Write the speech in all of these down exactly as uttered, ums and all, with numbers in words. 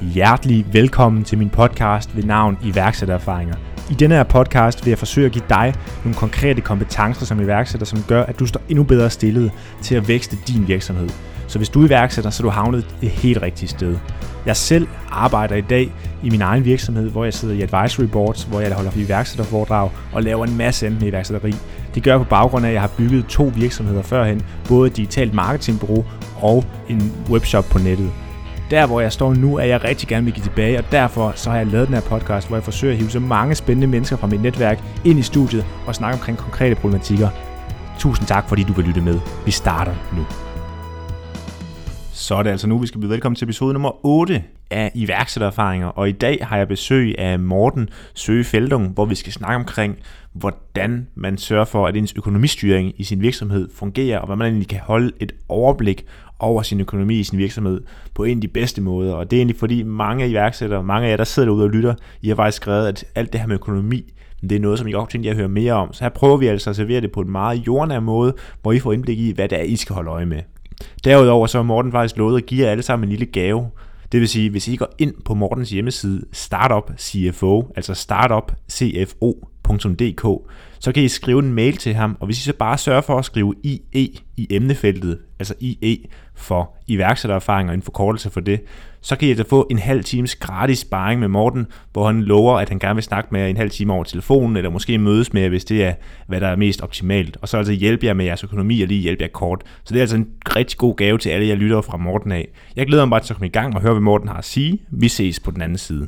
Hjertelig velkommen til min podcast ved navn Iværksættererfaringer. I denne her podcast vil jeg forsøge at give dig nogle konkrete kompetencer som iværksætter, som gør, at du står endnu bedre stillet til at vækste din virksomhed. Så hvis du er iværksætter, så er du havnet et helt rigtigt sted. Jeg selv arbejder i dag i min egen virksomhed, hvor jeg sidder i advisory boards, hvor jeg holder iværksætterforedrag og laver en masse andet med iværksætteri. Det gør jeg på baggrund af, at jeg har bygget to virksomheder førhen, både et digitalt marketingbureau og en webshop på nettet. Der hvor jeg står nu, er jeg rigtig gerne vil give tilbage, og derfor så har jeg lavet den her podcast, hvor jeg forsøger at hive så mange spændende mennesker fra mit netværk ind i studiet og snakke omkring konkrete problematikker. Tusind tak, fordi du vil lytte med. Vi starter nu. Så er det altså nu, vi skal byde velkommen til episode nummer otte af iværksættererfaringer, og i dag har jeg besøg af Morten Søe Feldung, hvor vi skal snakke omkring, hvordan man sørger for, at ens økonomistyring i sin virksomhed fungerer, og hvordan man egentlig kan holde et overblik over sin økonomi i sin virksomhed på en af de bedste måder. Og det er egentlig fordi mange iværksættere, mange af jer, der sidder derude og lytter, I har faktisk skrevet, at alt det her med økonomi, det er noget, som I godt tænker, jeg hører mere om. Så her prøver vi altså at servere det på en meget jordnær måde, hvor I får indblik i, hvad det er, I skal holde øje med. Derudover så har Morten faktisk lovet at give jer alle sammen en lille gave. Det vil sige, hvis I går ind på Mortens hjemmeside Startup C F O, altså startup c f o punktum d k, så kan I skrive en mail til ham, og hvis I så bare sørger for at skrive I E i emnefeltet, altså I E for iværksættererfaringer, en forkortelse for det, så kan I altså få en halv times gratis sparring med Morten, hvor han lover, at han gerne vil snakke med jer en halv time over telefonen, eller måske mødes med jer, hvis det er, hvad der er mest optimalt, og så altså hjælpe jer med jeres økonomi, og lige hjælpe jer kort. Så det er altså en rigtig god gave til alle jer lyttere fra Morten af. Jeg glæder mig bare til at komme i gang og høre, hvad Morten har at sige. Vi ses på den anden side.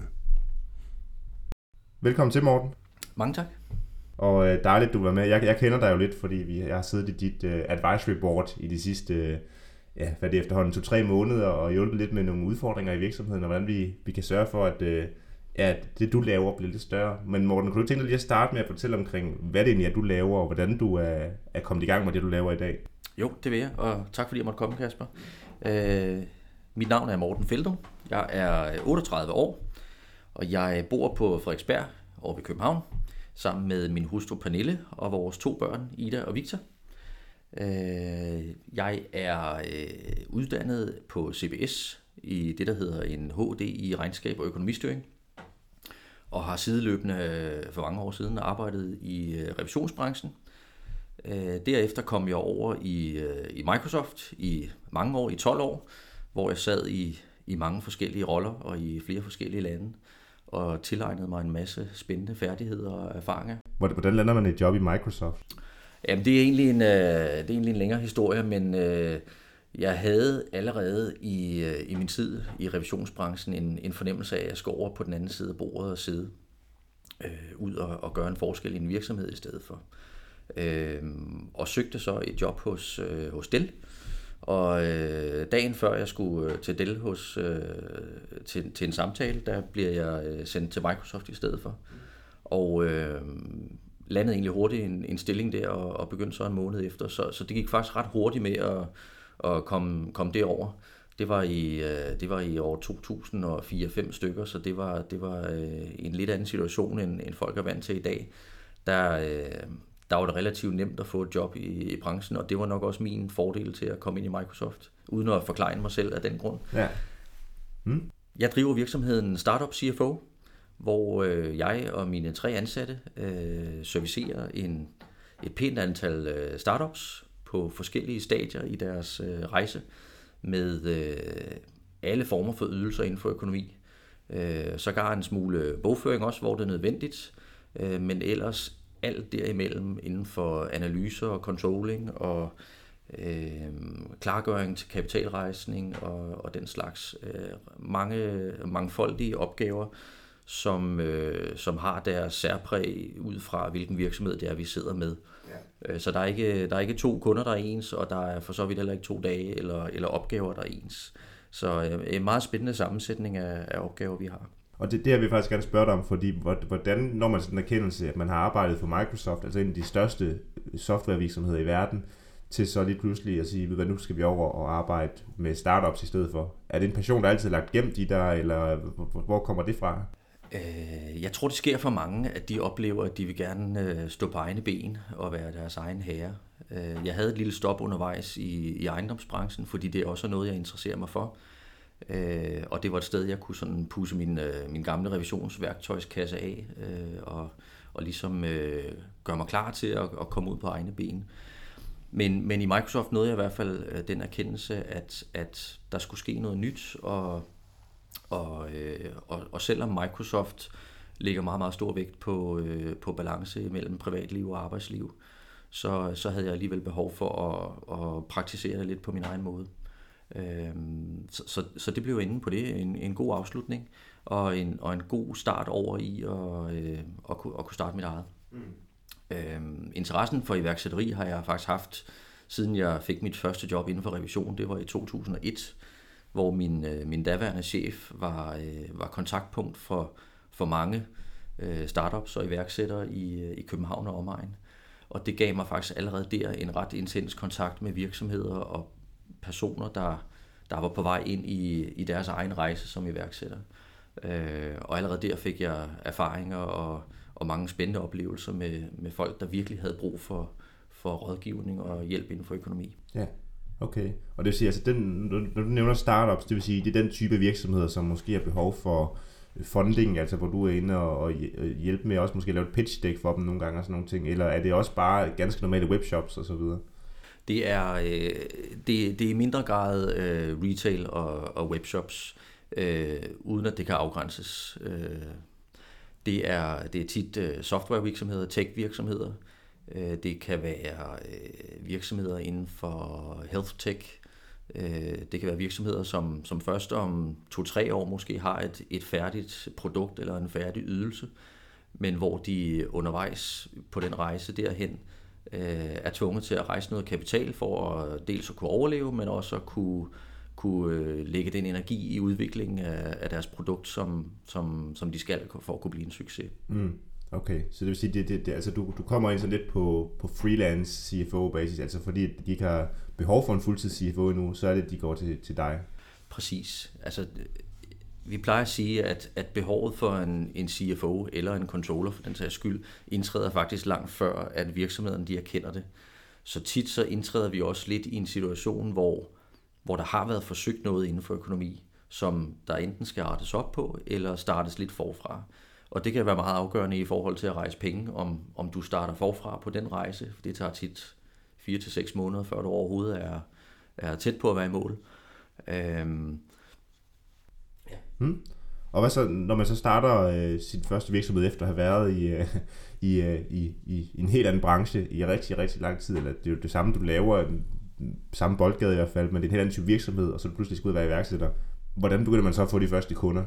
Velkommen til, Morten. Mange tak. Og øh, dejligt, du var med. Jeg, jeg kender dig jo lidt, fordi vi, jeg har siddet i dit øh, advisory board i de sidste, øh, ja, hvad det er efterhånden, to-tre måneder, og hjulpet lidt med nogle udfordringer i virksomheden, og hvordan vi, vi kan sørge for, at, øh, ja, at det du laver bliver lidt større. Men Morten, kunne du tænke dig lige at starte med at fortælle omkring, hvad det egentlig er, du laver, og hvordan du er, er kommet i gang med det, du laver i dag? Jo, det vil jeg, og tak fordi jeg måtte komme, Kasper. Øh, mit navn er Morten Feldung. Jeg er otteogtredive år, og jeg bor på Frederiksberg over ved København, sammen med min hustru Pernille og vores to børn, Ida og Victor. Jeg er uddannet på C B S i det, der hedder en H D i regnskab og økonomistyring, og har sideløbende for mange år siden arbejdet i revisionsbranchen. Derefter kom jeg over i, i Microsoft i mange år, i tolv år, hvor jeg sad i, i mange forskellige roller og i flere forskellige lande, og tilegnede mig en masse spændende færdigheder og erfaringer. Hvordan lander man et job i Microsoft? Jamen, det er egentlig en, det er egentlig en længere historie, men øh, jeg havde allerede i, øh, i min tid i revisionsbranchen en, en fornemmelse af, at jeg skal over på den anden side af bordet og sidde øh, ud og, og gøre en forskel i en virksomhed i stedet for. Øh, og søgte så et job hos, øh, hos Dell. Og øh, dagen før jeg skulle øh, til Dell hos, øh, til, til en samtale, der bliver jeg øh, sendt til Microsoft i stedet for. Og øh, landede egentlig hurtigt en, en stilling der, og, og begyndte så en måned efter. Så, så det gik faktisk ret hurtigt med at, at komme, komme derover. Det var i, øh, det var i år to tusind og fire fem stykker, så det var, det var øh, en lidt anden situation, end, end folk er vant til i dag. Der... Øh, Der var det relativt nemt at få et job i, i branchen, og det var nok også min fordel til at komme ind i Microsoft, uden at forklare mig selv af den grund. Ja. Hmm. Jeg driver virksomheden Startup C F O, hvor øh, jeg og mine tre ansatte øh, servicerer en, et pænt antal øh, startups på forskellige stadier i deres øh, rejse, med øh, alle former for ydelser inden for økonomi. Øh, sågar en smule bogføring også, hvor det er nødvendigt, øh, men ellers alt derimellem inden for analyser og controlling og øh, klargøring til kapitalrejsning og, og den slags øh, mange mangfoldige opgaver, som, øh, som har deres særpræg ud fra hvilken virksomhed det er, vi sidder med. Ja. Så der er, ikke, der er ikke to kunder, der er ens, og der er for så vidt heller ikke to dage eller, eller opgaver, der er ens. Så øh, en meget spændende sammensætning af, af opgaver, vi har. Og det, det har vi faktisk gerne spørge dig om, fordi hvordan når man sådan en erkendelse, at man har arbejdet for Microsoft, altså en af de største softwarevirksomheder i verden, til så lige pludselig at sige, hvad nu skal vi over og arbejde med startups i stedet for? Er det en passion, der altid er lagt gemt i dig, eller hvor kommer det fra? Jeg tror, det sker for mange, at de oplever, at de vil gerne stå på egne ben og være deres egen herre. Jeg havde et lille stop undervejs i, i ejendomsbranchen, fordi det er også noget, jeg interesserer mig for. Øh, og det var et sted, jeg kunne sådan pusse min, øh, min gamle revisionsværktøjskasse af, øh, og, og ligesom øh, gøre mig klar til at, at komme ud på egne ben. Men, men i Microsoft nåede jeg i hvert fald øh, den erkendelse, at, at der skulle ske noget nyt, og, og, øh, og, og selvom Microsoft lægger meget, meget stor vægt på, øh, på balance mellem privatliv og arbejdsliv, så, så havde jeg alligevel behov for at, at praktisere det lidt på min egen måde. Så, så, så det blev inde på det, en, en god afslutning, og en, og en god start over i at, øh, at, kunne, at kunne starte mit eget. Mm. Øhm, interessen for iværksætteri har jeg faktisk haft, siden jeg fik mit første job inden for revision. Det var i to tusind og et, hvor min, øh, min daværende chef var, øh, var kontaktpunkt for, for mange øh, startups og iværksættere i, i København og omegn. Og det gav mig faktisk allerede der en ret intens kontakt med virksomheder og personer, der, der var på vej ind i, i deres egen rejse som iværksætter. Øh, og allerede der fik jeg erfaringer og, og mange spændende oplevelser med, med folk, der virkelig havde brug for, for rådgivning og hjælp inden for økonomi. Ja, okay. Og det vil sige, altså den, når du nævner startups, det vil sige, det er den type virksomheder, som måske har behov for funding, altså hvor du er inde og, og hjælpe med også måske at lave et pitch deck for dem nogle gange og sådan nogle ting, eller er det også bare ganske normale webshops og så videre? Det er, øh, det, det er i mindre grad øh, retail og, og webshops, øh, uden at det kan afgrænses. Øh, det, er, det er tit øh, softwarevirksomheder, tech-virksomheder. Øh, det kan være øh, virksomheder inden for health tech. Øh, det kan være virksomheder, som, som først om to-tre år måske har et, et færdigt produkt eller en færdig ydelse, men hvor de undervejs på den rejse derhen er tvunget til at rejse noget kapital for at dels at kunne overleve, men også at kunne, kunne lægge den energi i udviklingen af, af deres produkt, som, som, som de skal for at kunne blive en succes. Mm, okay, så det vil sige, det, det, det, altså du, du kommer ind sådan lidt på, på freelance C F O-basis, altså fordi de ikke har behov for en fuldtids C F O endnu, så er det, de går til, til dig. Præcis. Altså, vi plejer at sige, at, at behovet for en, en C F O eller en controller for den sags skyld, indtræder faktisk langt før, at virksomhederne de erkender det. Så tit så indtræder vi også lidt i en situation, hvor, hvor der har været forsøgt noget inden for økonomi, som der enten skal rettes op på, eller startes lidt forfra. Og det kan være meget afgørende i forhold til at rejse penge, om, om du starter forfra på den rejse, for det tager tit fire til seks måneder, før du overhovedet er, er tæt på at være i mål. Øhm, Ja. Hmm. Og hvad så, når man så starter øh, sin første virksomhed efter at have været i, øh, i, øh, i, i en helt anden branche i rigtig, rigtig lang tid, eller det er jo det samme, du laver, samme boldgade i hvert fald, men det er en helt anden type virksomhed, og så du pludselig skal ud og være iværksætter. Hvordan begynder man så at få de første kunder?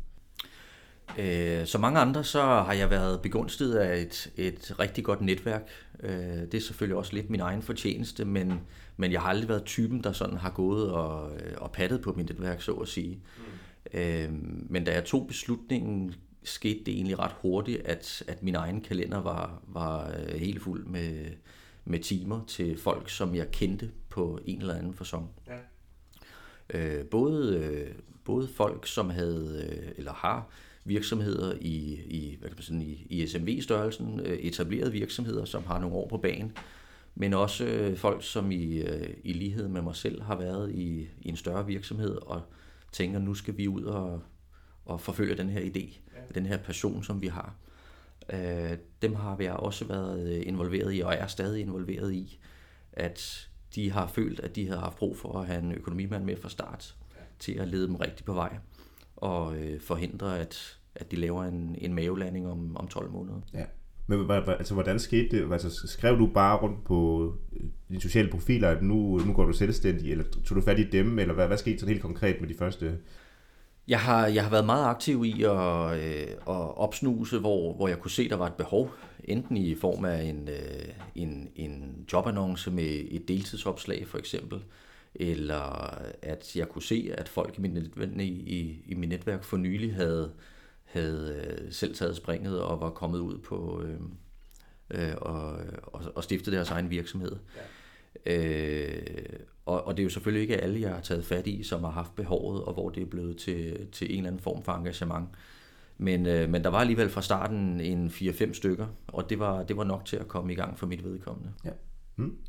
Øh, som mange andre, så har jeg været begunstiget af et, et rigtig godt netværk. Øh, det er selvfølgelig også lidt min egen fortjeneste, men, men jeg har aldrig været typen, der sådan har gået og, og pattet på mit netværk, så at sige. Mm. Øh, men da jeg tog beslutningen, skete det egentlig ret hurtigt, at, at min egen kalender var, var helt fuld med, med timer til folk, som jeg kendte på en eller anden facon. Ja. Øh, både, øh, både folk, som havde øh, eller har virksomheder i, i, hvad kan man sige, i, i S M V-størrelsen, øh, etablerede virksomheder, som har nogle år på banen, men også øh, folk, som i, øh, i lighed med mig selv har været i, i en større virksomhed og tænker, nu skal vi ud og, og forfølge den her idé, ja. Den her passion, som vi har. Øh, dem har jeg også været involveret i, og er stadig involveret i, at de har følt, at de havde haft brug for at have en økonomimand med fra start, ja. Til at lede dem rigtigt på vej, og øh, forhindre, at, at de laver en, en mavelanding om, om tolv måneder. Ja. Men altså, hvordan skete det? Altså, skrev du bare rundt på dine sociale profiler, at nu, nu går du selvstændig, eller tog du fat i dem, eller hvad, hvad skete sådan helt konkret med de første? Jeg har, jeg har været meget aktiv i at, øh, at opsnuse, hvor, hvor jeg kunne se, der var et behov, enten i form af en, øh, en, en jobannonce med et deltidsopslag for eksempel, eller at jeg kunne se, at folk i mit netværk, i, i mit netværk for nylig havde, havde selv taget springet og var kommet ud på øh, øh, og, og, og stiftet deres egen virksomhed. Ja. Øh, og, og det er jo selvfølgelig ikke alle, jeg har taget fat i, som har haft behovet, og hvor det er blevet til, til en eller anden form for engagement. Men, øh, men der var alligevel fra starten en fire fem stykker, og det var, det var nok til at komme i gang for mit vedkommende. Ja. Hmm.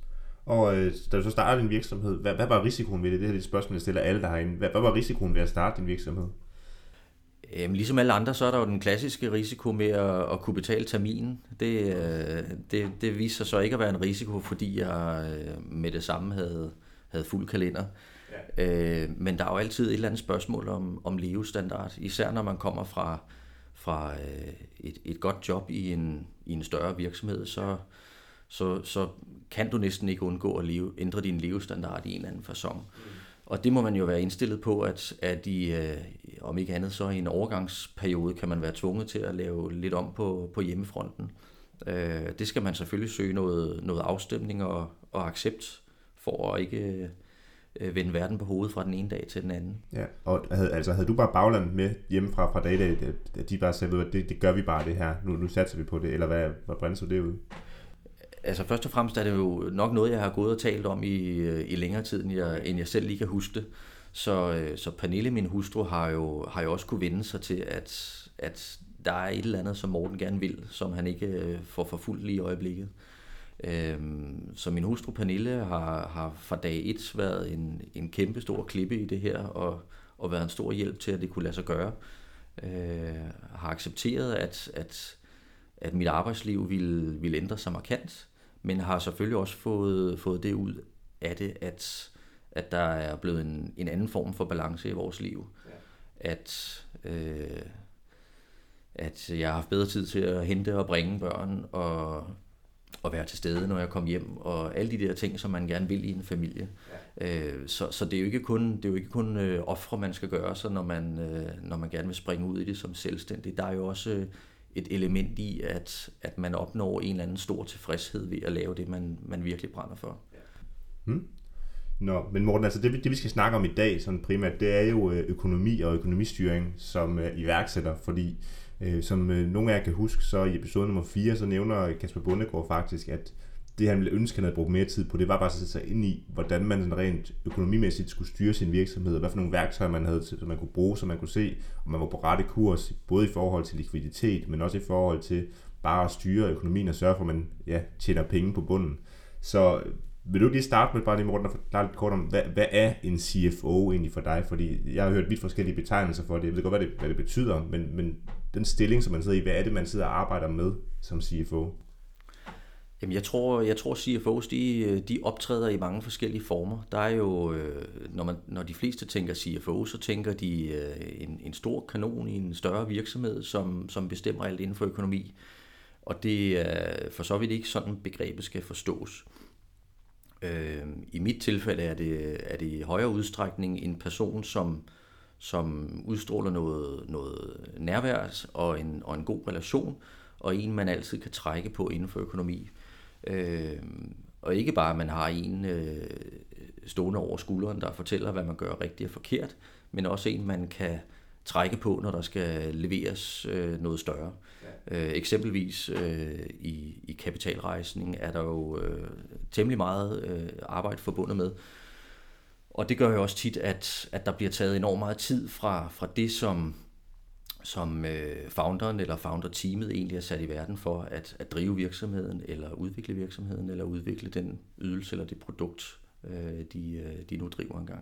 Og øh, da du så startede din virksomhed, hvad, hvad var risikoen ved det? Det er et spørgsmål, jeg stiller alle der herinde. Hvad, hvad var risikoen ved at starte din virksomhed? Jamen, ligesom alle andre, så er der jo den klassiske risiko med at, at kunne betale terminen. Det, det, det viste sig så ikke at være en risiko, fordi jeg med det samme havde, havde fuld kalender. Ja. Men der er jo altid et eller andet spørgsmål om, om levestandard, især når man kommer fra, fra et, et godt job i en, i en større virksomhed, så, så, så kan du næsten ikke undgå at leve, ændre din levestandard i en eller anden facon. Mm. Og det må man jo være indstillet på, at, at i, øh, om ikke andet så i en overgangsperiode kan man være tvunget til at lave lidt om på, på hjemmefronten. Øh, det skal man selvfølgelig søge noget, noget afstemning og, og accept for at ikke øh, vende verden på hovedet fra den ene dag til den anden. Ja, og havde, altså, havde du bare baglandet med hjemmefra fra dag til dag, at de bare sagde, at det, det gør vi bare det her, nu, nu satser vi på det, eller hvad, hvordan så det ud? Altså først og fremmest er det jo nok noget, jeg har gået og talt om i, i længere tid, end jeg, end jeg selv lige kan huske det. Så, så Pernille, min hustru, har jo, har jo også kunne vende sig til, at, at der er et eller andet, som Morten gerne vil, som han ikke får forfulgt lige i øjeblikket. Så min hustru Pernille har, har fra dag et været en, en kæmpe stor klippe i det her, og, og været en stor hjælp til, at det kunne lade sig gøre. Har accepteret, at, at, at mit arbejdsliv ville, ville ændre sig markant, men har selvfølgelig også fået, fået det ud af det, at, at der er blevet en, en anden form for balance i vores liv. Ja. At, øh, at jeg har haft bedre tid til at hente og bringe børn, og, og være til stede, når jeg kom hjem, og alle de der ting, som man gerne vil i en familie. Ja. Øh, så, så det er jo ikke kun, det er jo ikke kun øh, ofre, man skal gøre sig, når man, øh, når man gerne vil springe ud i det som selvstændig. Der er jo også øh, et element i, at, at man opnår en eller anden stor tilfredshed ved at lave det, man, man virkelig brænder for. Hmm. Nå, men Morten, altså det, det vi skal snakke om i dag sådan primært, det er jo økonomi og økonomistyring som øh, iværksætter, fordi øh, som øh, nogle af jer kan huske, så i episode nummer fire, så nævner Kasper Bundgaard faktisk, at det han ville ønske, han havde brugt mere tid på, det var bare at sætte sig ind i, hvordan man sådan rent økonomimæssigt skulle styre sin virksomhed, og hvad for nogle værktøjer man havde, som man kunne bruge, så man kunne se, om man var på rette kurs, både i forhold til likviditet, men også i forhold til bare at styre økonomien og sørge for, at man ja, tjener penge på bunden. Så vil du lige starte med bare lige, Morten, og forklare lidt kort om, hvad, hvad er en C F O egentlig for dig? Fordi jeg har hørt vidt forskellige betegnelser for det. Jeg ved godt, hvad det, hvad det betyder, men, men den stilling, som man sidder i, hvad er det, man sidder og arbejder med som C F O? Jamen, jeg tror, jeg tror C F O's, de, de optræder i mange forskellige former. Der er jo, når, man, når de fleste tænker C F O, så tænker de en, en stor kanon i en større virksomhed, som, som bestemmer alt inden for økonomi. Og det er for så vidt ikke sådan, begrebet skal forstås. I mit tilfælde er det, er det i højere udstrækning en person, som, som udstråler noget, noget nærvær og en, og en god relation, og en, man altid kan trække på inden for økonomi. Øh, og ikke bare, at man har en øh, stående over skulderen, der fortæller, hvad man gør rigtigt og forkert, men også en, man kan trække på, når der skal leveres øh, noget større. Ja. Øh, eksempelvis øh, i, i kapitalrejsning er der jo øh, temmelig meget øh, arbejde forbundet med. Og det gør jo også tit, at, at der bliver taget enormt meget tid fra, fra det, som, som øh, founderen eller founder-teamet egentlig er sat i verden for at, at drive virksomheden, eller udvikle virksomheden, eller udvikle den ydelse eller det produkt, øh, de, de nu driver engang.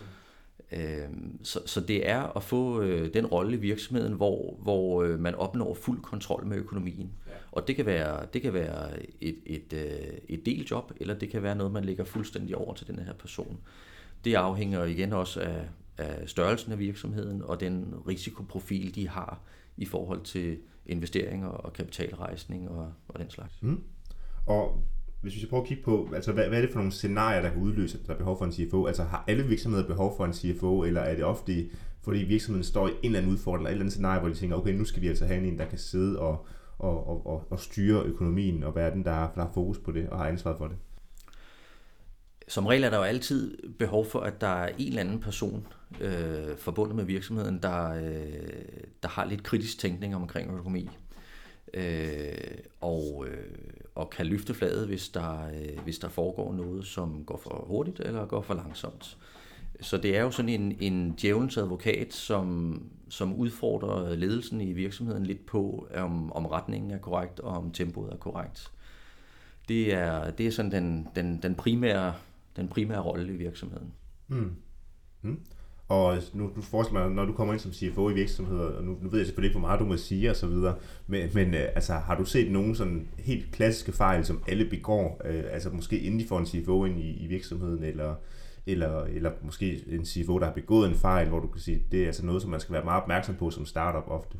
Så, så det er at få øh, den rolle i virksomheden, hvor, hvor øh, man opnår fuld kontrol med økonomien. Ja. Og det kan være, det kan være et, et, øh, et deljob, eller det kan være noget, man lægger fuldstændig over til den her person. Det afhænger igen også af, af størrelsen af virksomheden og den risikoprofil, de har i forhold til investeringer og kapitalrejsning og, og den slags. Mm. Og hvis vi skal prøve at kigge på, altså hvad, hvad er det for nogle scenarier, der kan udløse, at der er behov for en C F O? Altså har alle virksomheder behov for en C F O, eller er det ofte, fordi virksomheden står i en eller anden udfordring, eller et eller andet scenarie, hvor de tænker, okay, nu skal vi altså have en, der kan sidde og, og, og, og, og styre økonomien, og være den, der har, der har fokus på det, og har ansvaret for det? Som regel er der jo altid behov for, at der er en eller anden person øh, forbundet med virksomheden, der, øh, der har lidt kritisk tænkning omkring økonomi. Øh, og, øh, og kan løfte flaget, hvis der, øh, hvis der foregår noget, som går for hurtigt eller går for langsomt. Så det er jo sådan en, en djævelens advokat, som, som udfordrer ledelsen i virksomheden lidt på, om, om retningen er korrekt og om tempoet er korrekt. Det er, det er sådan den, den, den, primære, den primære rolle i virksomheden. Mm. Mm. Og nu du forestiller mig, når du kommer ind som C F O i virksomheder, og nu, nu ved jeg selvfølgelig ikke, hvor meget du må sige og så videre, men, men altså, har du set nogle sådan helt klassiske fejl, som alle begår, øh, altså måske inden de får en C F O ind i, i virksomheden, eller, eller, eller måske en C F O, der har begået en fejl, hvor du kan sige, det er altså noget, som man skal være meget opmærksom på som startup ofte?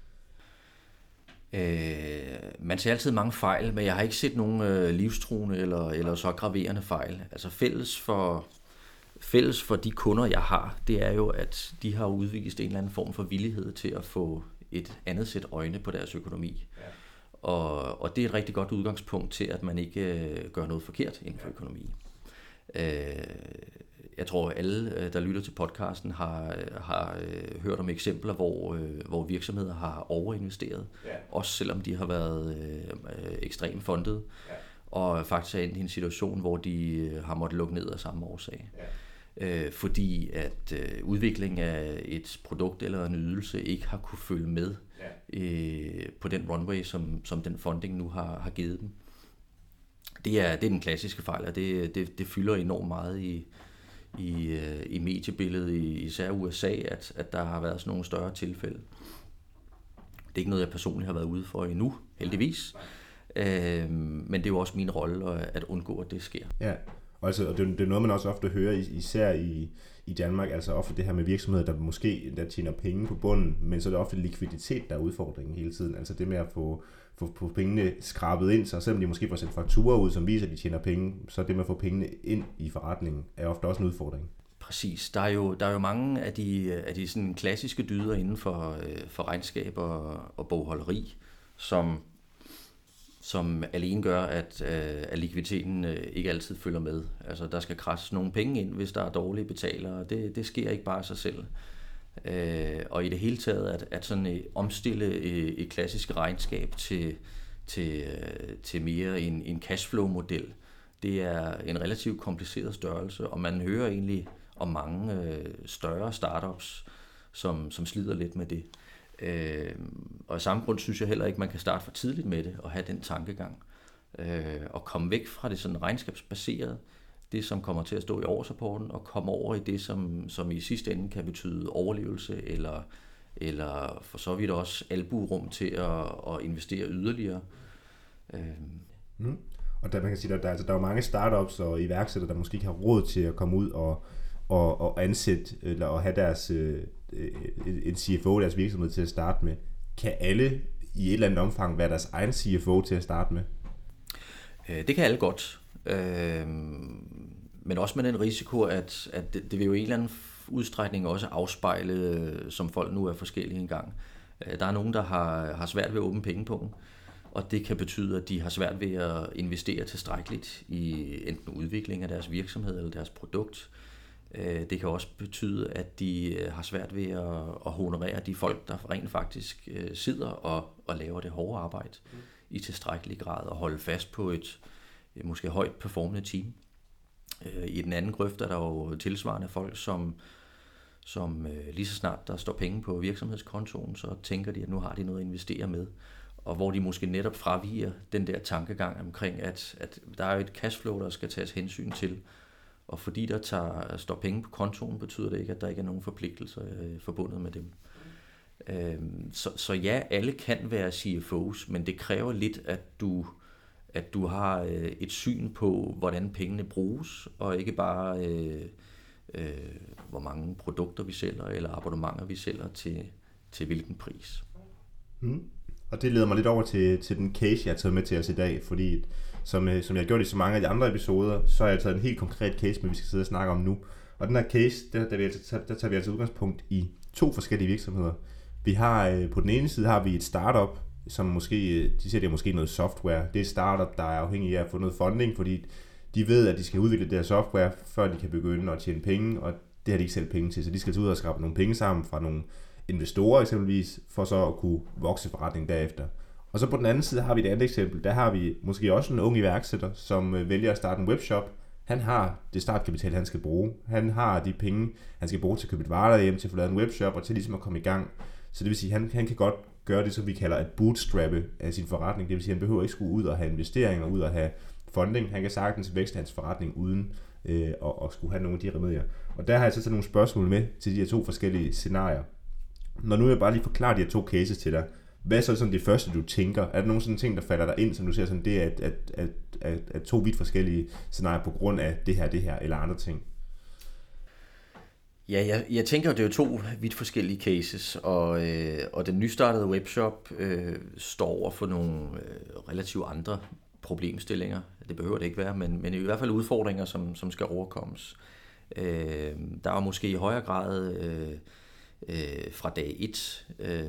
Øh, man ser altid mange fejl, men jeg har ikke set nogen øh, livstruende eller, eller så graverende fejl. Altså fælles for... Fælles for de kunder, jeg har, det er jo, at de har udvist en eller anden form for villighed til at få et andet sæt øjne på deres økonomi. Ja. Og, og det er et rigtig godt udgangspunkt til, at man ikke øh, gør noget forkert inden for økonomi. Øh, jeg tror, alle, der lytter til podcasten, har, har øh, hørt om eksempler, hvor, øh, hvor virksomheder har overinvesteret, ja. Også selvom de har været øh, ekstremt fundet, ja. Og faktisk er endt i en situation, hvor de har måttet lukke ned af samme årsag. Ja. Øh, fordi at øh, udviklingen af et produkt eller en ydelse ikke har kunne følge med ja. øh, på den runway, som, som den funding nu har, har givet dem. Det er, det er den klassiske fejl, og det, det, det fylder enormt meget i, i, i mediebilledet, i især U S A, at, at der har været sådan nogle større tilfælde. Det er ikke noget, jeg personligt har været ude for endnu, heldigvis. Øh, men det er jo også min rolle at undgå, at det sker. Ja. Altså, og det, det er noget, man også ofte hører, især i, i Danmark, altså ofte det her med virksomheder, der måske der tjener penge på bunden, men så er det ofte likviditet, der er udfordringen hele tiden. Altså det med at få, få, få pengene skrabet ind, så selvom de måske får sendt fakturer ud, som viser, at de tjener penge, så det med at få pengene ind i forretningen, er ofte også en udfordring. Præcis. Der er jo, der er jo mange af de, af de sådan klassiske dyder inden for, for regnskab og, og bogholderi, som... som alene gør, at, øh, at likviditeten øh, ikke altid følger med. Altså, der skal krasse nogle penge ind, hvis der er dårlige betalere. Det, det sker ikke bare af sig selv. Øh, og i det hele taget, at, at sådan, øh, omstille øh, et klassisk regnskab til, til, øh, til mere en, en cashflow-model, det er en relativt kompliceret størrelse, og man hører egentlig om mange øh, større startups, som, som slider lidt med det. Øh, og af samme grund synes jeg heller ikke, man kan starte for tidligt med det og have den tankegang. Øh, og komme væk fra det sådan regnskabsbaserede, det som kommer til at stå i årsrapporten, og komme over i det, som, som i sidste ende kan betyde overlevelse, eller, eller for så vidt også albuerum til at, at investere yderligere. Øh. Mm. Og der, man kan sige, der, der, altså, der er jo mange startups og iværksættere, der måske ikke har råd til at komme ud og, og, og ansætte, eller at have deres... Øh, en C F O deres virksomhed til at starte med. Kan alle i et eller andet omfang være deres egen C F O til at starte med? Det kan alle godt. Men også med den risiko, at, at det, det vil jo i en eller anden udstrækning også afspejle, som folk nu er forskellige engang. Der er nogen, der har, har svært ved at åbne pengepunkten, og det kan betyde, at de har svært ved at investere tilstrækkeligt i enten udvikling af deres virksomhed eller deres produkt. Det kan også betyde, at de har svært ved at honorere de folk, der rent faktisk sidder og, og laver det hårde arbejde mm. i tilstrækkelig grad og holde fast på et måske højt performende team. I den anden grøft er der jo tilsvarende folk, som, som lige så snart der står penge på virksomhedskontoen, så tænker de, at nu har de noget at investere med. Og hvor de måske netop fraviger den der tankegang omkring, at, at der er et cashflow, der skal tages hensyn til. Og fordi der tager, står penge på kontoen, betyder det ikke, at der ikke er nogen forpligtelser øh, forbundet med dem. Øhm, så, så ja, alle kan være C F O's, men det kræver lidt, at du, at du har øh, et syn på, hvordan pengene bruges, og ikke bare, øh, øh, hvor mange produkter vi sælger, eller abonnementer vi sælger til, til hvilken pris. Mm. Og det leder mig lidt over til, til den case, jeg har taget med til os i dag, fordi som, som jeg har gjort i så mange af de andre episoder, så har jeg taget en helt konkret case, men vi skal sidde og snakke om nu. Og den her case, der, der, der, der tager vi altså udgangspunkt i to forskellige virksomheder. Vi har på den ene side har vi et startup, som måske, de siger det er måske noget software. Det er et startup, der er afhængig af at få noget funding, fordi de ved, at de skal udvikle det her software, før de kan begynde at tjene penge, og det har de ikke selv penge til, så de skal tage ud og skrabe nogle penge sammen fra nogle investorer eksempelvis, for så at kunne vokse forretningen derefter. Og så på den anden side har vi et andet eksempel. Der har vi måske også en ung iværksætter, som vælger at starte en webshop. Han har det startkapital, han skal bruge. Han har de penge, han skal bruge til at købe et varer hjem, til at få lavet en webshop og til ligesom at komme i gang. Så det vil sige, at han, han kan godt gøre det, som vi kalder at bootstrappe af sin forretning. Det vil sige, at han behøver ikke skulle ud og have investeringer, ud og have funding. Han kan sagtens vækste hans forretning uden øh, at, at skulle have nogle af de remedier. Og der har jeg så taget nogle spørgsmål med til de her to forskellige scenarier. Når nu jeg bare lige forklarer de her to cases til dig, hvad er så sådan det første, du tænker? Er der nogle sådan ting, der falder dig ind, som du ser sådan, det er at, at, at, at, at to vidt forskellige scenarier på grund af det her, det her, eller andre ting? Ja, jeg, jeg tænker, det er jo to vidt forskellige cases, og, øh, og den nystartede webshop øh, står over for nogle øh, relativt andre problemstillinger. Det behøver det ikke være, men, men i hvert fald udfordringer, som, som skal overkommes. Øh, der er måske i højere grad øh, øh, fra dag et øh,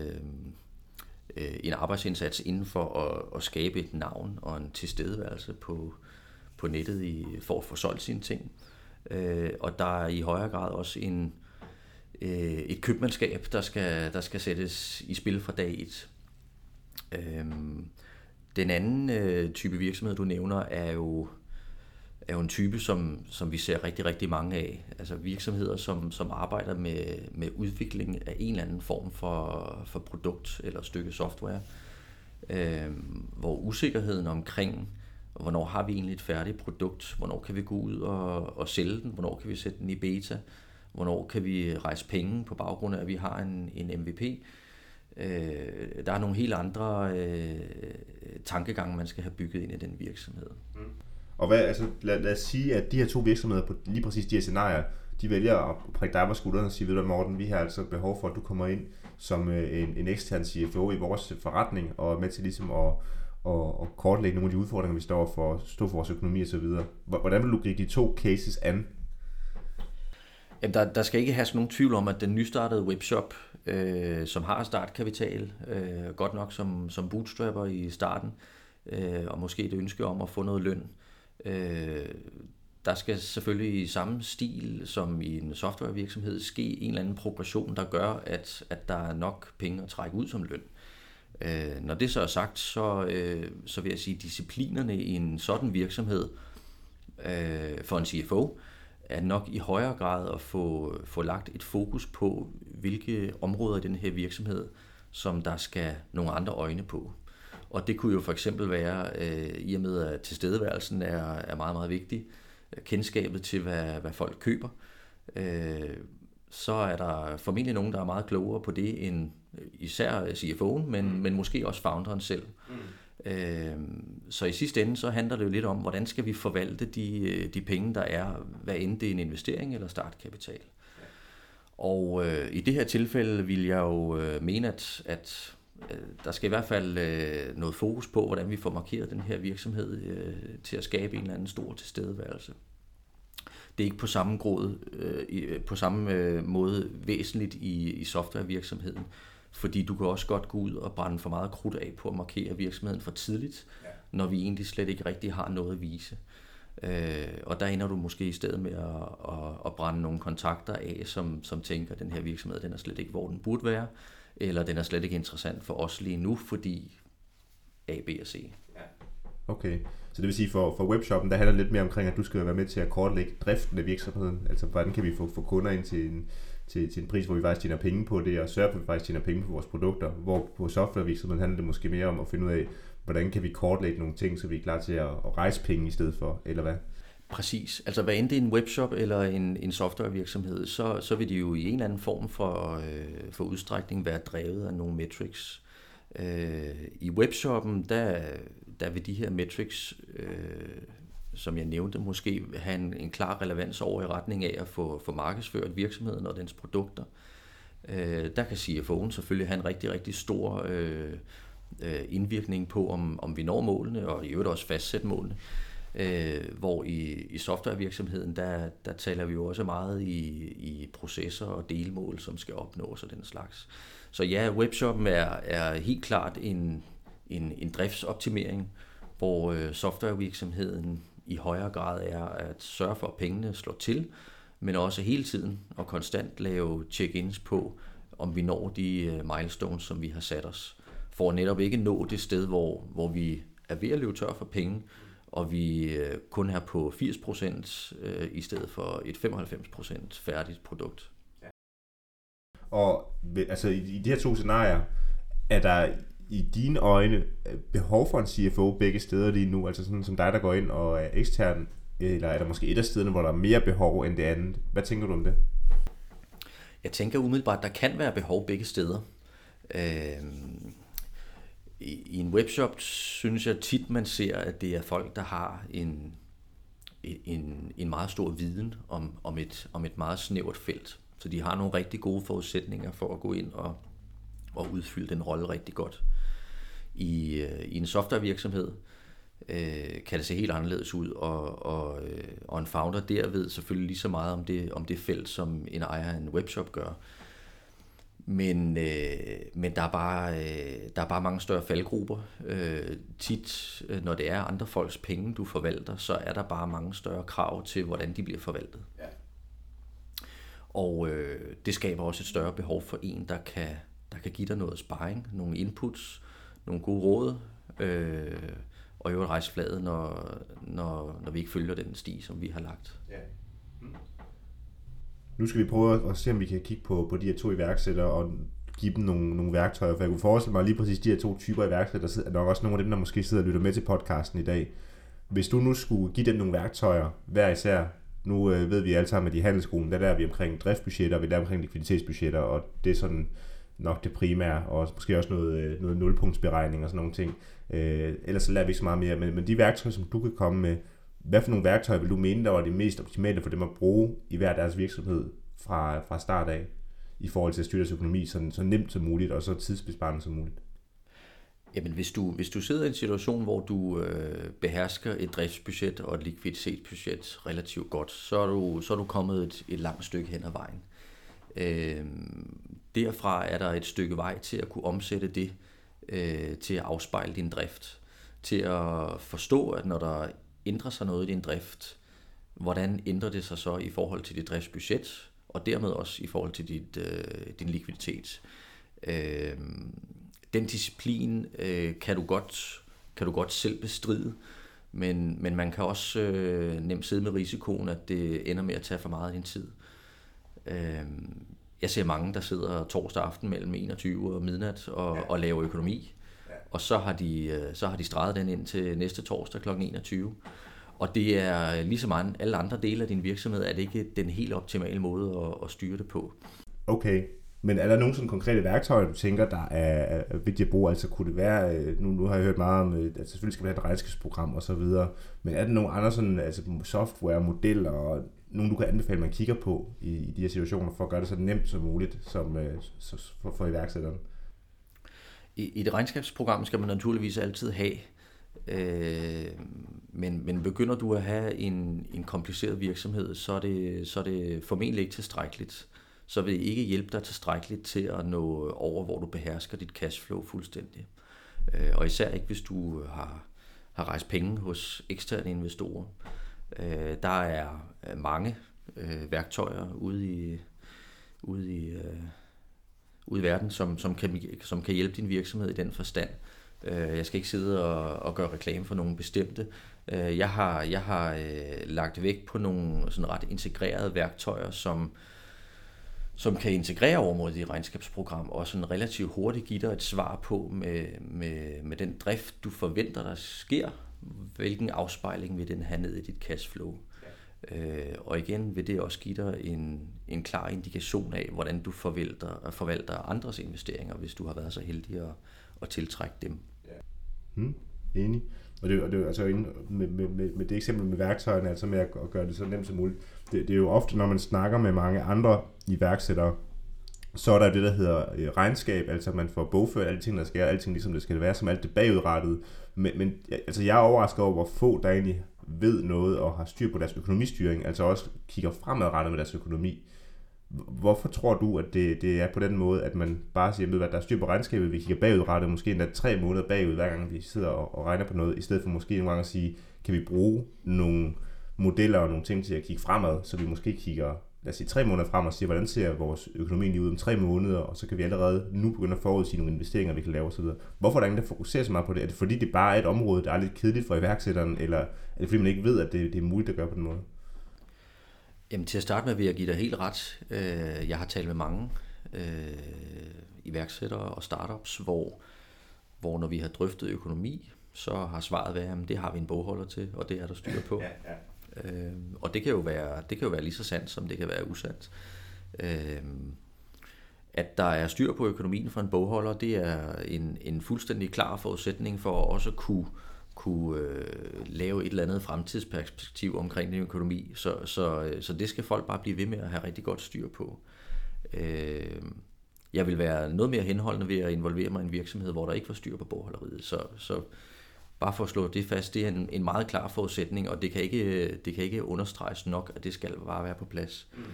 øh, en arbejdsindsats inden for at, at skabe et navn og en tilstedeværelse på, på nettet i, for at få solgt sine ting. Øh, og der er i højere grad også en, øh, et købmandskab, der skal, der skal sættes i spil fra dag et. Øh, den anden øh, type virksomhed, du nævner, er jo, er jo en type, som, som vi ser rigtig, rigtig mange af. Altså virksomheder, som, som arbejder med, med udvikling af en eller anden form for, for produkt eller stykke software, øh, hvor usikkerheden omkring hvornår har vi egentlig et færdigt produkt, hvornår kan vi gå ud og, og sælge den, hvornår kan vi sætte den i beta, hvornår kan vi rejse penge på baggrund af, at vi har en, en M V P. Øh, der er nogle helt andre øh, tankegange, man skal have bygget ind i den virksomhed. Mm. Og hvad, altså, lad, lad os sige, at de her to virksomheder på lige præcis de her scenarier, de vælger at prikke dig på skulderen og sige, ved du Morten, vi har altså behov for, at du kommer ind som en, en ekstern C F O i vores forretning, og er med til ligesom at og, og kortlægge nogle af de udfordringer, vi står for, stå for vores økonomi og så videre. Hvordan vil du gribe de to cases an? Jamen, der, der skal ikke have nogen tvivl om, at den nystartede webshop, øh, som har startkapital, øh, godt nok som, som bootstrapper i starten, øh, og måske et ønske om at få noget løn, øh, der skal selvfølgelig i samme stil som i en softwarevirksomhed ske en eller anden progression, der gør, at, at der er nok penge at trække ud som løn. Øh, når det så er sagt, så, øh, så vil jeg sige, at disciplinerne i en sådan virksomhed øh, for en C F O er nok i højere grad at få, få lagt et fokus på, hvilke områder i den her virksomhed, som der skal nogle andre øjne på. Og det kunne jo for eksempel være, øh, i og med at tilstedeværelsen er, er meget, meget vigtig, kendskabet til, hvad, hvad folk køber, øh, så er der formentlig nogen, der er meget klogere på det end især C F O'en, men, mm. men måske også founderen selv. Mm. Øh, så i sidste ende, så handler det jo lidt om, hvordan skal vi forvalte de, de penge, der er, hvad end det er en investering eller startkapital. Ja. Og øh, i det her tilfælde vil jeg jo øh, mene, at, at øh, der skal i hvert fald øh, noget fokus på, hvordan vi får markeret den her virksomhed øh, til at skabe en eller anden stor tilstedeværelse. Det er ikke på samme, grad, øh, på samme øh, måde væsentligt i, i softwarevirksomheden, fordi du kan også godt gå ud og brænde for meget krudt af på at markere virksomheden for tidligt, ja. Når vi egentlig slet ikke rigtig har noget at vise. Øh, og der ender du måske i stedet med at, at, at brænde nogle kontakter af, som, som tænker, at den her virksomhed den er slet ikke, hvor den burde være, eller den er slet ikke interessant for os lige nu, fordi A, B og C. Ja. Okay, så det vil sige, for, for webshoppen, der handler det lidt mere omkring, at du skal være med til at kortlægge driften af virksomheden. Altså, hvordan kan vi få, få kunder ind til en, til, til en pris, hvor vi faktisk tjener penge på det, og sørge for, at vi faktisk tjener penge på vores produkter. Hvor på softwarevirksomheden handler det måske mere om at finde ud af, hvordan kan vi kortlægge nogle ting, så vi er klar til at, at rejse penge i stedet for, eller hvad? Præcis. Altså, hvad end det er en webshop eller en, en softwarevirksomhed, så, så vil de jo i en eller anden form for, øh, for udstrækning være drevet af nogle metrics. Øh, I webshoppen, der, der vil de her metrics, øh, som jeg nævnte, måske have en, en klar relevans over i retning af at få, få markedsført virksomheden og dens produkter. Øh, der kan C F O'en selvfølgelig have en rigtig, rigtig stor øh, indvirkning på, om, om vi når målene, og i øvrigt også fastsætte målene. Øh, hvor i, i softwarevirksomheden, der, der taler vi jo også meget i, i processer og delmål, som skal opnås og den slags. Så ja, webshoppen er, er helt klart en, en, en driftsoptimering, hvor øh, softwarevirksomheden i højere grad er at sørge for, at pengene slår til, men også hele tiden og konstant lave check-ins på, om vi når de øh, milestones, som vi har sat os, for at netop ikke nå det sted, hvor, hvor vi er ved at løbe tør for penge, og vi øh, kun er på firs procent øh, i stedet for et femoghalvfems procent færdigt produkt. Og altså i, i de her to scenarier, er der i dine øjne behov for en C F O begge steder lige nu? Altså sådan som dig, der går ind og er ekstern, eller er der måske et af stederne, hvor der er mere behov end det andet? Hvad tænker du om det? Jeg tænker umiddelbart, at der kan være behov begge steder. Øh, i, I en webshop synes jeg tit, man ser, at det er folk, der har en, en, en meget stor viden om, om, et, om et meget snævert felt. Så de har nogle rigtig gode forudsætninger for at gå ind og, og udfylde den rolle rigtig godt. I, i en softwarevirksomhed øh, kan det se helt anderledes ud, og, og, og en founder der ved selvfølgelig lige så meget om det, om det felt, som en ejer af en webshop gør. Men, øh, men der, er bare, øh, der er bare mange større faldgrupper. Øh, tit, når det er andre folks penge, du forvalter, så er der bare mange større krav til, hvordan de bliver forvaltet. Ja. Og øh, det skaber også et større behov for en, der kan, der kan give dig noget sparring, nogle inputs, nogle gode råd, øh, og i øvrigt rejse fladet, når, når, når vi ikke følger den sti, som vi har lagt. Ja. Mm. Nu skal vi prøve at se, om vi kan kigge på, på de her to iværksættere og give dem nogle, nogle værktøjer, for jeg kunne forestille mig lige præcis de her to typer iværksættere, er nok også nogle af dem, der måske sidder og lytter med til podcasten i dag. Hvis du nu skulle give dem nogle værktøjer, hver især, nu øh, ved vi alle sammen, at i handelsskolen, der lærer vi omkring driftsbudgetter, vi lærer omkring likviditetsbudgetter, og det er sådan nok det primære, og måske også noget, noget nulpunktsberegning og sådan nogle ting. Øh, ellers så lærer vi ikke så meget mere, men, men de værktøjer, som du kan komme med, hvad for nogle værktøjer vil du mene, der var det mest optimale for dem at bruge i hver deres virksomhed fra, fra start af, i forhold til at styre deres økonomi så, så nemt som muligt, og så tidsbesparende som muligt? Jamen, hvis du, hvis du sidder i en situation, hvor du øh, behersker et driftsbudget og et likviditetsbudget relativt godt, så er du, så er du kommet et, et langt stykke hen ad vejen. Øh, derfra er der et stykke vej til at kunne omsætte det øh, til at afspejle din drift, til at forstå, at når der ændrer sig noget i din drift, hvordan ændrer det sig så i forhold til dit driftsbudget, og dermed også i forhold til dit, øh, din likviditet. Øh, den disciplin øh, kan du godt kan du godt selv bestride, men, men man kan også øh, nemt sidde med risikoen, at det ender med at tage for meget af din tid. Øh, jeg ser mange, der sidder torsdag aften mellem enogtyve og midnat og, ja. og laver økonomi, ja. og så har, de, så har de streget den ind til næste torsdag klokken enogtyve. Og det er ligesom alle andre dele af din virksomhed, er det ikke den helt optimale måde at, at styre det på. Okay. Men er der nogle sådan konkrete værktøjer, du tænker, der er, er vigtige at bruge? Altså kunne det være, nu, nu har jeg hørt meget om, at selvfølgelig skal man have et regnskabsprogram og så videre, men er der nogle andre sådan, altså software, modeller og nogle, du kan anbefale, man kigger på i, i de her situationer, for at gøre det så nemt som muligt som, for, for iværksætteren? I, I det regnskabsprogram skal man naturligvis altid have, øh, men, men begynder du at have en, en kompliceret virksomhed, så er, det, så er det formentlig ikke tilstrækkeligt. Så vil det ikke hjælpe dig tilstrækkeligt til at nå over, hvor du behersker dit cashflow fuldstændig. Og især ikke, hvis du har, har rejst penge hos eksterne investorer. Der er mange værktøjer ude i, ude i, ude i verden, som, som, kan, som kan hjælpe din virksomhed i den forstand. Jeg skal ikke sidde og, og gøre reklame for nogle bestemte. Jeg har, jeg har lagt vægt på nogle sådan ret integrerede værktøjer, som som kan integrere overmodet i regnskabsprogram, og sådan relativt hurtigt give dig et svar på med, med, med den drift, du forventer, der sker, hvilken afspejling vil den have ned i dit cashflow. Ja. Øh, og igen vil det også give dig en, en klar indikation af, hvordan du forvalter, forvalter andres investeringer, hvis du har været så heldig at, at tiltrække dem. Ja. Hmm, enig. Og det, og det altså med, med, med, med det eksempel med værktøjerne, altså med at gøre det så nemt som muligt, det, det er jo ofte, når man snakker med mange andre iværksættere, så er der det, der hedder regnskab, altså man får bogført alle ting, der sker, alle ting ligesom det skal være, som alt det bagudrettet. Men, men altså jeg er overrasket over, hvor få der egentlig ved noget og har styr på deres økonomistyring, altså også kigger fremadrettet med deres økonomi. Hvorfor tror du, at det, det er på den måde, at man bare siger, at der er styr på regnskabet, vi kigger bagudrettet, måske endda tre måneder bagud, hver gang vi sidder og, og regner på noget, i stedet for måske nogle gange at sige, kan vi bruge nogle modeller og nogle ting til at kigge fremad, så vi måske kigger, lad os sige, tre måneder frem og siger, hvordan ser vores økonomi lige ud om tre måneder, og så kan vi allerede nu begynde at forudsige nogle investeringer, vi kan lave osv. Hvorfor er der ingen, der fokuserer så meget på det? Er det fordi, det bare er et område, der er lidt kedeligt for iværksætteren, eller er det fordi, man ikke ved, at det, det er muligt at gøre på den måde? Jamen til at starte med vil jeg give dig helt ret. Jeg har talt med mange øh, iværksættere og startups, hvor, hvor når vi har drøftet økonomi, så har svaret været, at det har vi en bogholder til, og det er der styr på. Ja, ja. Øh, og det kan, jo være, det kan jo være lige så sandt, som det kan være usandt. Øh, at der er styr på økonomien for en bogholder, det er en, en fuldstændig klar forudsætning for at også kunne, kunne øh, lave et eller andet fremtidsperspektiv omkring den økonomi. Så, så, så det skal folk bare blive ved med at have rigtig godt styr på. Øh, jeg vil være noget mere henholdende ved at involvere mig i en virksomhed, hvor der ikke var styr på bogholderiet. Så, så bare for at slå det fast, det er en, en meget klar forudsætning, og det kan ikke, det kan ikke understreges nok, at det skal bare være på plads. Mm.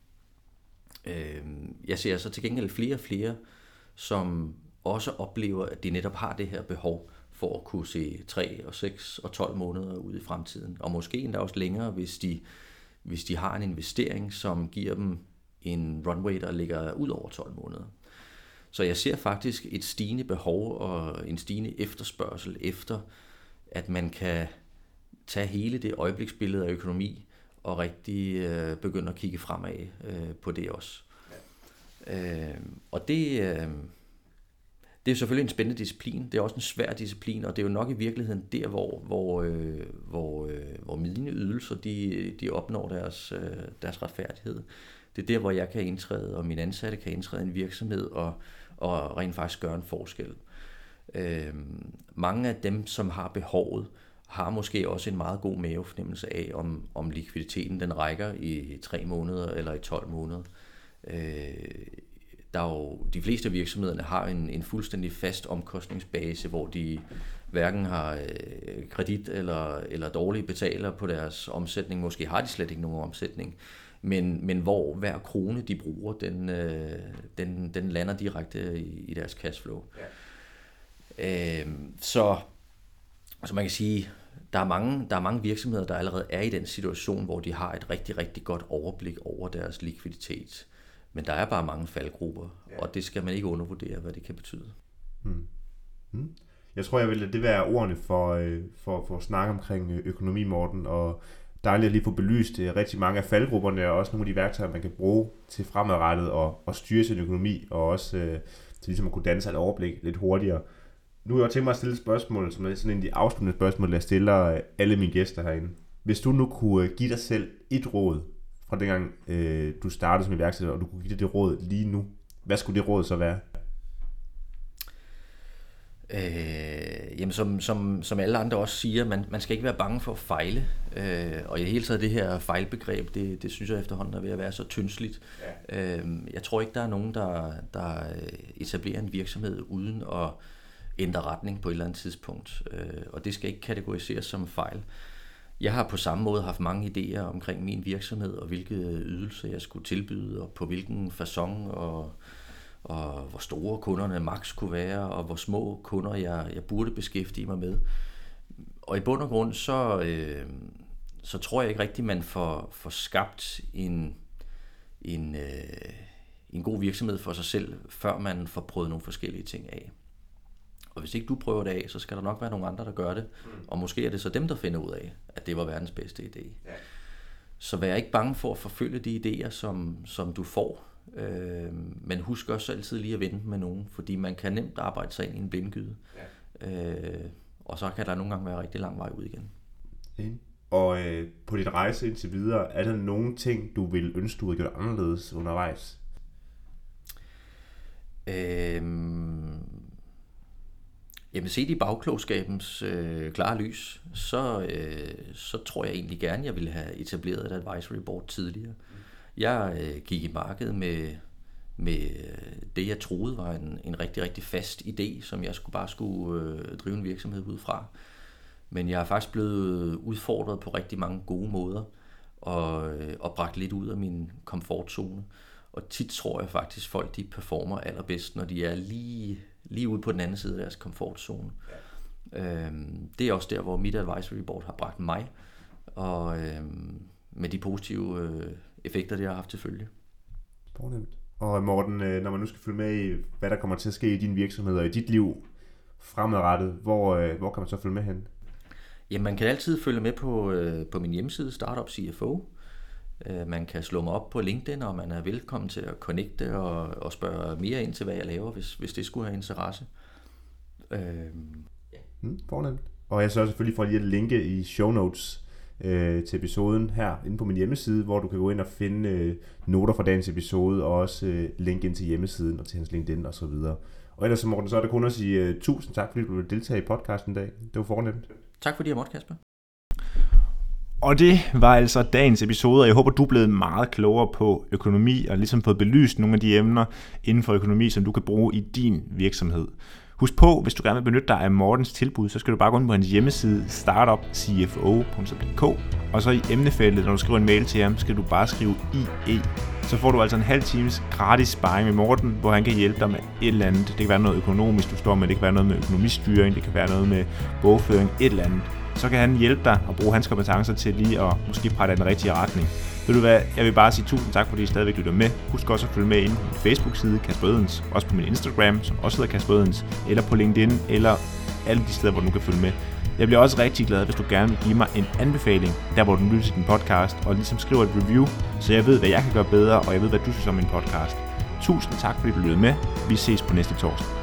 Øh, jeg ser så til gengæld flere og flere, som også oplever, at de netop har det her behov for at kunne se tre og seks og tolv måneder ud i fremtiden. Og måske endda også længere, hvis de, hvis de har en investering, som giver dem en runway, der ligger ud over tolv måneder. Så jeg ser faktisk et stigende behov og en stigende efterspørgsel efter, at man kan tage hele det øjebliksbillede af økonomi og rigtig øh, begynde at kigge fremad øh, på det også. Ja. Øh, og det, øh, det er selvfølgelig en spændende disciplin. Det er også en svær disciplin, og det er jo nok i virkeligheden der, hvor, hvor, øh, hvor, øh, hvor mine ydelser de, de opnår deres, øh, deres retfærdighed. Det er der, hvor jeg kan indtræde, og mine ansatte kan indtræde i en virksomhed og, og rent faktisk gøre en forskel. Øh, mange af dem, som har behovet, har måske også en meget god mavefornemmelse af, om, om likviditeten den rækker i tre måneder eller i tolv måneder. Øh, der er jo, de fleste af virksomhederne har en, en fuldstændig fast omkostningsbase, hvor de hverken har øh, kredit eller, eller dårlige betaler på deres omsætning. Måske har de slet ikke nogen omsætning. Men, men hvor hver krone, de bruger, den, øh, den, den lander direkte i, i deres cashflow. Ja. Øh, så, så man kan sige, der er, mange, der er mange virksomheder, der allerede er i den situation, hvor de har et rigtig, rigtig godt overblik over deres likviditet. Men der er bare mange faldgrupper, ja. Og det skal man ikke undervurdere, hvad det kan betyde. Hmm. Hmm. Jeg tror, jeg vil lade det være ordene for, for, for at snakke omkring økonomi, Morten, og dejligt at lige få belyst rigtig mange af faldgrupperne, og også nogle af de værktøjer, man kan bruge til fremadrettet og, og styre sin økonomi, og også øh, til ligesom at kunne danne sig et overblik lidt hurtigere. Nu har jeg tænkt mig at stille et spørgsmål, som er sådan en af de afsluttende spørgsmål, jeg stiller alle mine gæster herinde. Hvis du nu kunne give dig selv et råd, fra dengang øh, du startede som iværksætter, og du kunne give dig det råd lige nu, hvad skulle det råd så være? Øh, jamen som, som, som alle andre også siger, man, man skal ikke være bange for at fejle. Øh, og i hele taget det her fejlbegreb, det, det synes jeg efterhånden er ved at være så tyndsligt. Ja. Øh, jeg tror ikke, der er nogen, der, der etablerer en virksomhed uden at ændre retning på et eller andet tidspunkt. Øh, og det skal ikke kategoriseres som fejl. Jeg har på samme måde haft mange idéer omkring min virksomhed, og hvilke ydelser jeg skulle tilbyde, og på hvilken facon, og, og hvor store kunderne maks kunne være, og hvor små kunder jeg, jeg burde beskæftige mig med. Og i bund og grund, så, øh, så tror jeg ikke rigtigt, man får, får skabt en, en, øh, en god virksomhed for sig selv, før man får prøvet nogle forskellige ting af. Og hvis ikke du prøver det af, så skal der nok være nogle andre, der gør det. Mm. Og måske er det så dem, der finder ud af, at det var verdens bedste idé. Ja. Så vær ikke bange for at forfølge de idéer, som, som du får. Øh, men husk også altid lige at vente med nogen, fordi man kan nemt arbejde sig ind i en blindgyde. Ja. Øh, og så kan der nogle gange være rigtig lang vej ud igen. Mm. Og øh, på dit rejse indtil videre, er der nogle ting, du vil ønske, du havde gjort anderledes undervejs? Øh... Jamen set i bagklogskabens øh, klare lys, så, øh, så tror jeg egentlig gerne, jeg ville have etableret et advisory board tidligere. Jeg øh, gik i markedet med, med det, jeg troede var en, en rigtig, rigtig fast idé, som jeg skulle bare skulle øh, drive en virksomhed ud fra. Men jeg er faktisk blevet udfordret på rigtig mange gode måder, og, øh, og bragt lidt ud af min komfortzone. Og tit tror jeg faktisk, folk de performer allerbedst, når de er lige, lige ude på den anden side af deres komfortzone. Ja. Øhm, det er også der, hvor mit advisory board har bragt mig, og øhm, med de positive øh, effekter, det har haft til følge. Fornemt. Og Morten, når man nu skal følge med i, hvad der kommer til at ske i din virksomhed og i dit liv fremadrettet, hvor, hvor kan man så følge med hen? Jamen, man kan altid følge med på, øh, på min hjemmeside, Startup C F O. Man kan slå mig op på LinkedIn, og man er velkommen til at connecte og, og spørge mere ind til, hvad jeg laver, hvis, hvis det skulle have interesse. Øh, ja. mm, fornemt. Og jeg sørger selvfølgelig for lige at linke i show notes øh, til episoden her inde på min hjemmeside, hvor du kan gå ind og finde øh, noter fra dagens episode, og også øh, link ind til hjemmesiden og til hans LinkedIn og så videre. Og ellers, Morten, så er der kun at sige uh, tusind tak, fordi du ville deltage i podcasten i dag. Det var fornemt. Tak fordi jeg måtte, Kasper. Og det var altså dagens episode, og jeg håber, du er blevet meget klogere på økonomi, og ligesom fået belyst nogle af de emner inden for økonomi, som du kan bruge i din virksomhed. Husk på, hvis du gerne vil benytte dig af Mortens tilbud, så skal du bare gå ind på hans hjemmeside startup c f o punktum d k, og så i emnefeltet, når du skriver en mail til ham, skal du bare skrive I E. Så får du altså en halv times gratis sparring med Morten, hvor han kan hjælpe dig med et eller andet. Det kan være noget økonomisk, du står med, det kan være noget med økonomistyring, det kan være noget med bogføring, et eller andet. Så kan han hjælpe dig og bruge hans kompetencer til lige at måske presse i den rigtige retning. Ved du hvad, jeg vil bare sige tusind tak, fordi I stadigvæk lytter med. Husk også at følge med inde på min Facebook-side, Kasper Edens, også på min Instagram, som også hedder Kasper Edens, eller på LinkedIn, eller alle de steder, hvor du kan følge med. Jeg bliver også rigtig glad, hvis du gerne vil give mig en anbefaling, der hvor du lytter til din podcast, og ligesom skriver et review, så jeg ved, hvad jeg kan gøre bedre, og jeg ved, hvad du synes om min podcast. Tusind tak, fordi du lyttede med. Vi ses på næste torsdag.